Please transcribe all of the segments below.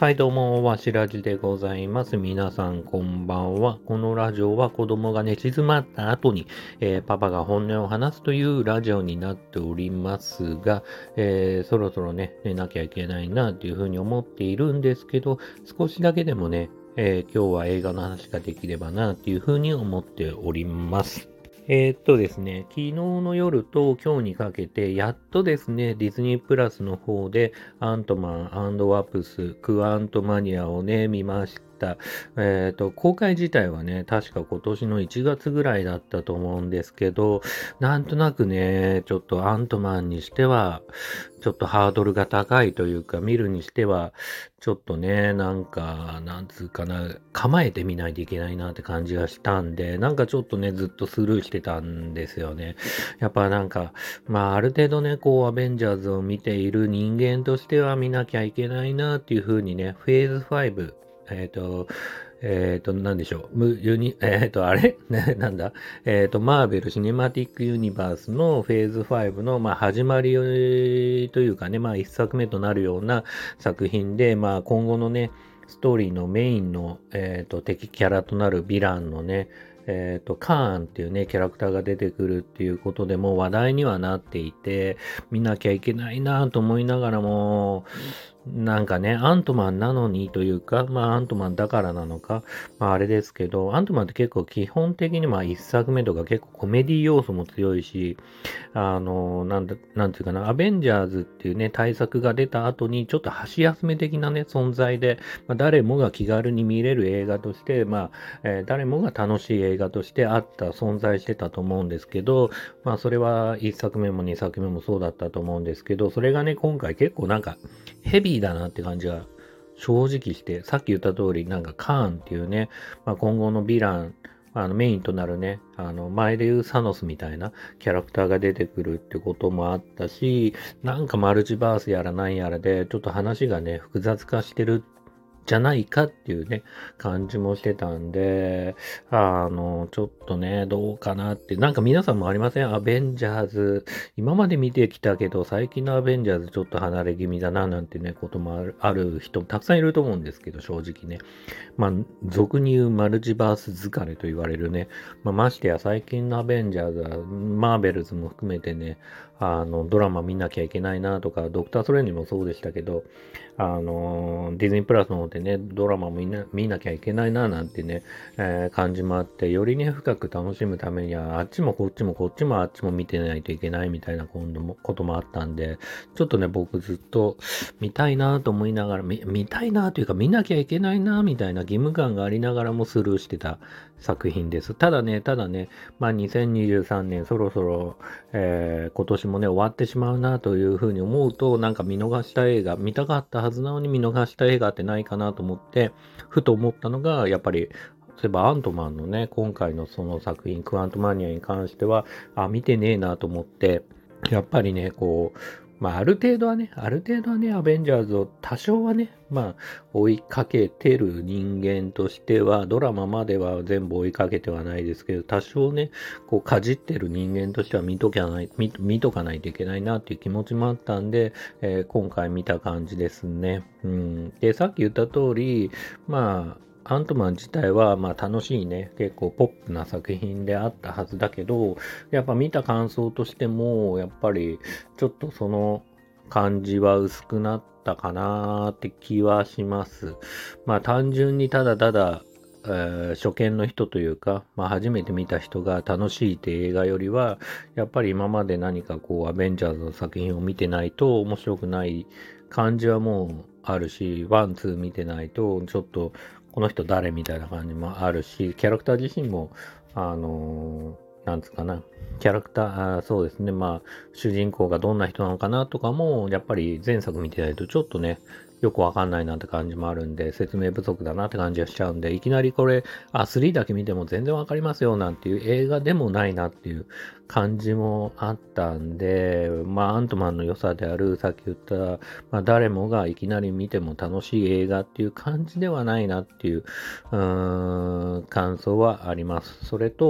はいどうも、わしらじでございます。皆さんこんばんは。このラジオは子供が寝静まった後に、パパが本音を話すというラジオになっておりますが、そろそろね、寝なきゃいけないなっていうふうに思っているんですけど、少しだけでもね、今日は映画の話ができればなっていうふうに思っております。ですね、昨日の夜と今日にかけて、やっとですね、ディズニープラスの方で、アントマンワプス、クワントマニアをね、見ました。公開自体はね、確か今年の1月ぐらいだったと思うんですけど、なんとなくね、ちょっとアントマンにしては、ちょっとハードルが高いというか、見るにしては、ちょっとね、なんつうかな、構えてみないといけないなって感じがしたんで、なんかちょっとね、ずっとスルーしてたんですよね。やっぱなんか、ある程度ね、こう、アベンジャーズを見ている人間としては見なきゃいけないなっていう風にね、フェーズ5、えっと、なんでしょう。む、ユニ、あれね、なんだマーベル・シネマティック・ユニバースのフェーズ5の、始まりというかね、一作目となるような作品で、今後のね、ストーリーのメインの、敵キャラとなるヴィランのね、カーンっていうね、キャラクターが出てくるっていうことでも話題にはなっていて、見なきゃいけないなと思いながらも、なんかね、アントマンなのにというか、アントマンだからなのか、あれですけど、アントマンって結構基本的に一作目とか結構コメディ要素も強いし、なんていうかな、アベンジャーズっていうね、大作が出た後に、ちょっと箸休め的なね、存在で、誰もが気軽に見れる映画として、誰もが楽しい映画として存在してたと思うんですけど、それは1作目も2作目もそうだったと思うんですけど、それがね、今回結構なんか、ヘビーだなって感じが、正直して、さっき言った通り、なんかカーンっていうね、今後のヴィラン、メインとなるね、前で言うサノスみたいなキャラクターが出てくるってこともあったし、なんかマルチバースやらなんやらで、ちょっと話がね、複雑化してるじゃないかっていうね、感じもしてたんで、ちょっとね、どうかなって、なんか皆さんもありませんアベンジャーズ、今まで見てきたけど、最近のアベンジャーズちょっと離れ気味だな、なんてね、こともある人もたくさんいると思うんですけど、正直ね。俗に言うマルチバース疲れと言われるね。ましてや最近のアベンジャーズは、マーベルズも含めてね、ドラマ見なきゃいけないなとか、ドクター・ストレンジもそうでしたけど、ディズニープラスの方でね、ドラマも見なきゃいけないななんてね、感じもあって、よりね、深く楽しむためには、あっちもこっちもこっちもあっちも見てないといけないみたいなこともあったんで、ちょっとね、僕ずっと見たいなと思いながら、見たいなというか見なきゃいけないなみたいな義務感がありながらもスルーしてた作品です。ただね、2023年そろそろ、今年もね、終わってしまうなというふうに思うと、なんか見逃した映画、見たかったはずなのに見逃した映画ってないかなと思って、ふと思ったのが、やっぱり、そういえばアントマンのね、今回のその作品、クワントマニアに関しては、見てねえなと思って、やっぱりね、こう、ある程度はね、アベンジャーズを多少はね、追いかけてる人間としては、ドラマまでは全部追いかけてはないですけど、多少ね、こう、かじってる人間としては見とかないといけないなっていう気持ちもあったんで、今回見た感じですね。うん。で、さっき言った通り、アントマン自体は、楽しいね、結構ポップな作品であったはずだけど、やっぱ見た感想としても、やっぱり、ちょっとその感じは薄くなったかなーって気はします。単純にただただ、初見の人というか、初めて見た人が楽しいって映画よりは、やっぱり今まで何かこう、アベンジャーズの作品を見てないと面白くない感じはもうあるし、ワン、ツー見てないと、ちょっとこの人誰みたいな感じもあるし、キャラクター自身も、なんつうかな、キャラクター、そうですね、主人公がどんな人なのかなとかも、やっぱり前作見てないとちょっとね、よくわかんないなって感じもあるんで、説明不足だなって感じがしちゃうんで、いきなりこれ、3だけ見ても全然わかりますよなんていう映画でもないなっていう感じもあったんで、アントマンの良さである、さっき言った、誰もがいきなり見ても楽しい映画っていう感じではないなっていう、感想はあります。それと、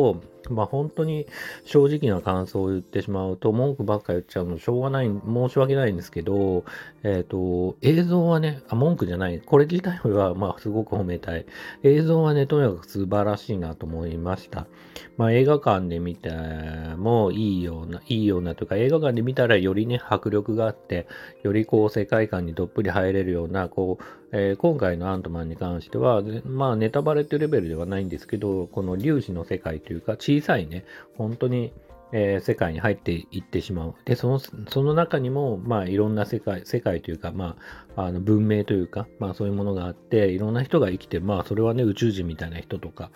本当に正直な感想を言ってしまうと、文句ばっか言っちゃうのしょうがない、申し訳ないんですけど、映像はね、文句じゃない。これ自体は、すごく褒めたい。映像はね、とにかく素晴らしいなと思いました。映画館で見てもいいようなというか、映画館で見たらよりね、迫力があって、よりこう、世界観にどっぷり入れるような、今回のアントマンに関しては、ネタバレっていうレベルではないんですけど、この粒子の世界というか、小さいね、本当に、世界に入っていってしまう。で、その中にも、いろんな世界というか、文明というか、そういうものがあって、いろんな人が生きてる。それはね、宇宙人みたいな人とか、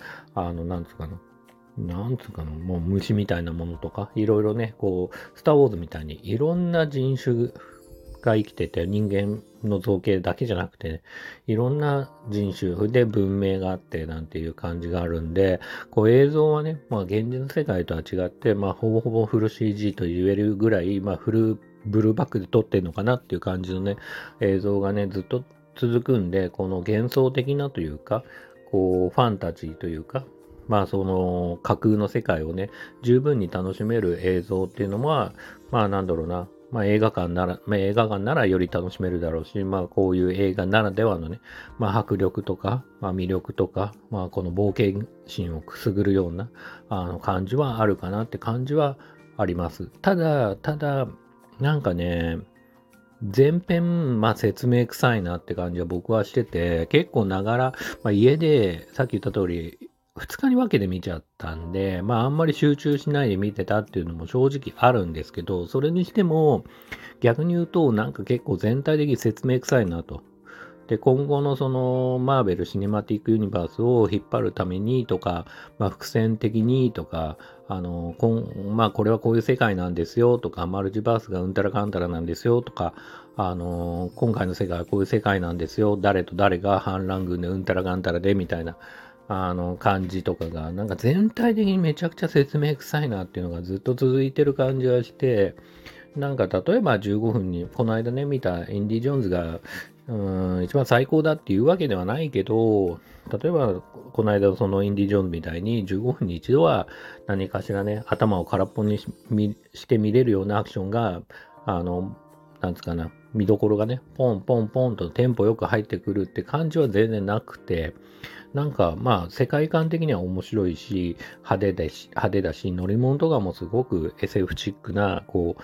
なんつうかな、もう虫みたいなものとか、いろいろね、スター・ウォーズみたいにいろんな人種が生きてて、人間の造形だけじゃなくて、ね、いろんな人種で文明があってなんていう感じがあるんで、映像はね、現実世界とは違って、ほぼほぼフル CG と言えるぐらい、ブルーバックで撮ってんのかなっていう感じのね、映像がね、ずっと続くんで、この幻想的なというか、ファンタジーというか、その架空の世界をね、十分に楽しめる映像っていうのは、なんだろうな、映画館ならより楽しめるだろうし、こういう映画ならではのね、迫力とか、魅力とか、この冒険心をくすぐるような、感じはあるかなって感じはあります。ただ、なんかね、前編、説明臭いなって感じは僕はしてて、結構ながら、家で、さっき言った通り、2日に分けて見ちゃったんで、あんまり集中しないで見てたっていうのも正直あるんですけど、それにしても、逆に言うと、なんか結構全体的に説明臭いなと。で、今後のそのマーベル・シネマティック・ユニバースを引っ張るためにとか、伏線的にとか、これはこういう世界なんですよとか、マルチバースがうんたらかんたらなんですよとか、今回の世界はこういう世界なんですよ、誰と誰が反乱軍でうんたらかんたらでみたいな、感じとかが、なんか全体的にめちゃくちゃ説明臭いなっていうのがずっと続いてる感じがして、なんか例えば15分に、この間ね、見たインディ・ジョーンズが、一番最高だっていうわけではないけど、例えば、この間そのインディ・ジョーンズみたいに15分に一度は何かしらね、頭を空っぽにして見れるようなアクションが、なんつうかな、見どころがね、ポンポンポンとテンポよく入ってくるって感じは全然なくて、なんか世界観的には面白いし、派手だし、乗り物とかもすごく SF チックな、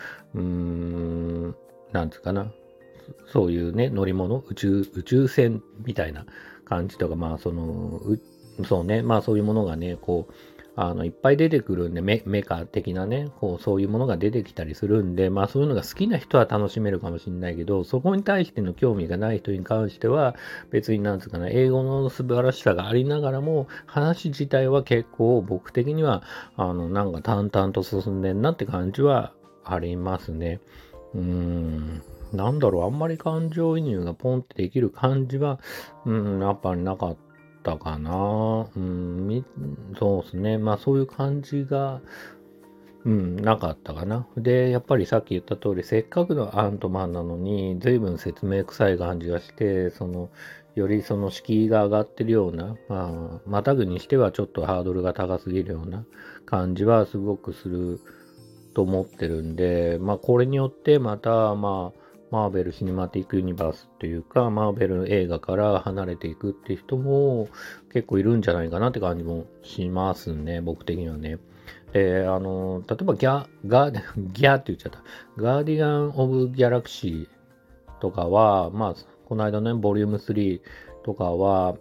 なんつうかな、そういうね、乗り物、宇宙船みたいな感じとか、そうね、そういうものがね、いっぱい出てくるんで、メカ的なね、そういうものが出てきたりするんで、そういうのが好きな人は楽しめるかもしれないけど、そこに対しての興味がない人に関しては、別になんつうかな、英語の素晴らしさがありながらも、話自体は結構僕的には、なんか淡々と進んでんなって感じはありますね。なんだろう、あんまり感情移入がポンってできる感じは、やっぱりなかったかな。そうですね。そういう感じが、なかったかな。で、やっぱりさっき言った通り、せっかくのアントマンなのに、随分説明臭い感じがして、よりその敷居が上がってるような、またぐにしてはちょっとハードルが高すぎるような感じはすごくすると思ってるんで、これによってまた、マーベル・シネマティック・ユニバースっていうか、マーベル映画から離れていくっていう人も結構いるんじゃないかなって感じもしますね、僕的にはね。例えばギャーって言っちゃった。ガーディアン・オブ・ギャラクシーとかは、この間ね、ボリューム3とかは、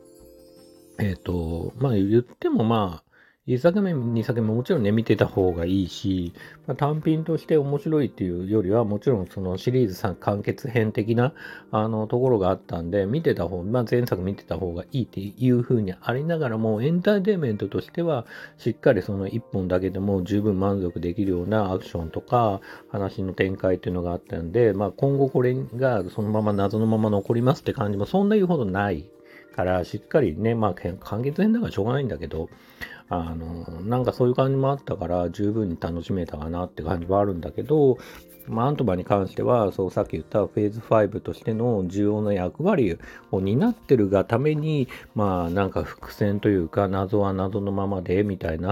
言っても1作目、2作目もちろんね、見てた方がいいし、単品として面白いっていうよりは、もちろんそのシリーズ完結編的な、ところがあったんで、前作見てた方がいいっていう風にありながらも、エンターテインメントとしては、しっかりその1本だけでも十分満足できるようなアクションとか、話の展開っていうのがあったんで、今後これがそのまま謎のまま残りますって感じもそんな言うほどないから、しっかりね、完結編だからしょうがないんだけど、なんかそういう感じもあったから十分に楽しめたかなって感じはあるんだけど、アントマンに関しては、そうさっき言ったフェーズ5としての重要な役割を担ってるがために、なんか伏線というか謎は謎のままでみたいな、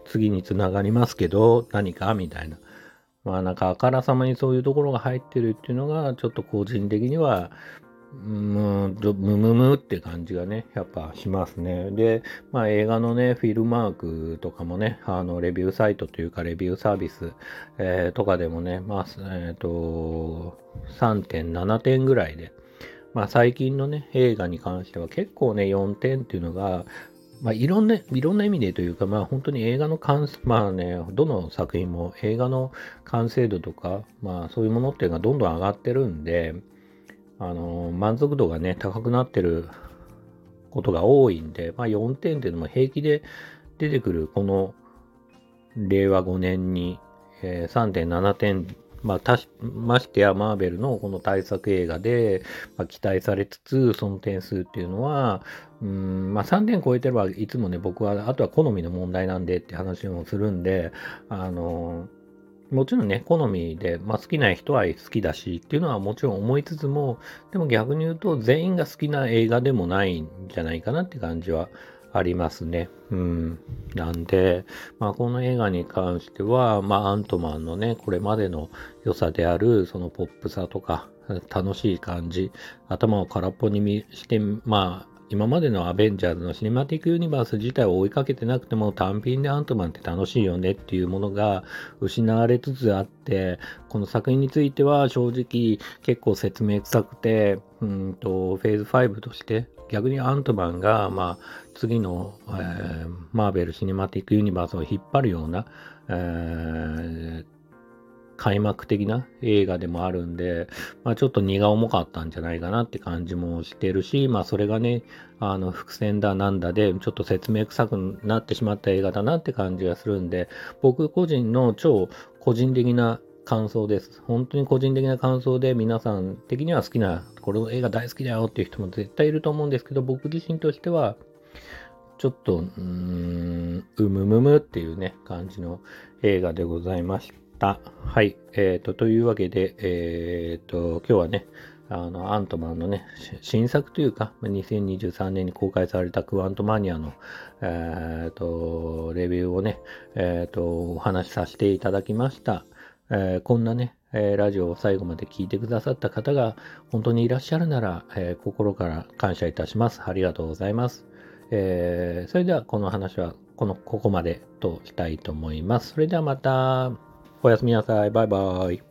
次につながりますけど、何かみたいな。なんかあからさまにそういうところが入ってるっていうのが、ちょっと個人的には、ムムムって感じがね、やっぱしますね。で、映画のね、フィルマークとかもね、レビューサイトというか、レビューサービス、とかでもね、3.7 点ぐらいで、最近のね、映画に関しては結構ね、4点っていうのが、いろんな意味でというか、本当に映画のどの作品も映画の完成度とか、そういうものっていうのがどんどん上がってるんで、満足度がね、高くなってることが多いんで、4点っていうのも平気で出てくる、この令和5年に、3.7 点、ましてやマーベルのこの大作映画で、期待されつつ、その点数っていうのは、3点超えてればいつもね、僕は、あとは好みの問題なんでって話もするんで、もちろんね、好みで、好きな人は好きだしっていうのはもちろん思いつつも、でも逆に言うと全員が好きな映画でもないんじゃないかなって感じはありますね。なんで、この映画に関しては、アントマンのね、これまでの良さである、そのポップさとか、楽しい感じ、頭を空っぽにして、今までのアベンジャーズのシネマティックユニバース自体を追いかけてなくても単品でアントマンって楽しいよねっていうものが失われつつあって、この作品については正直結構説明臭くて、フェーズ5として逆にアントマンが、次の、マーベルシネマティックユニバースを引っ張るような、開幕的な映画でもあるんで、ちょっと荷が重かったんじゃないかなって感じもしてるし、それがね、伏線だなんだで、ちょっと説明臭くなってしまった映画だなって感じがするんで、僕個人の超個人的な感想です。本当に個人的な感想で、皆さん的には好きな、この映画大好きだよっていう人も絶対いると思うんですけど、僕自身としては、ちょっと、むむむっていうね、感じの映画でございました。はい。というわけで、今日はね、アントマンのね、新作というか、2023年に公開されたクワントマニアの、レビューをね、お話しさせていただきました。こんなね、ラジオを最後まで聞いてくださった方が本当にいらっしゃるなら、心から感謝いたします。ありがとうございます。それではこの話はここまでとしたいと思います。それではまたおやすみなさい。バイバイ。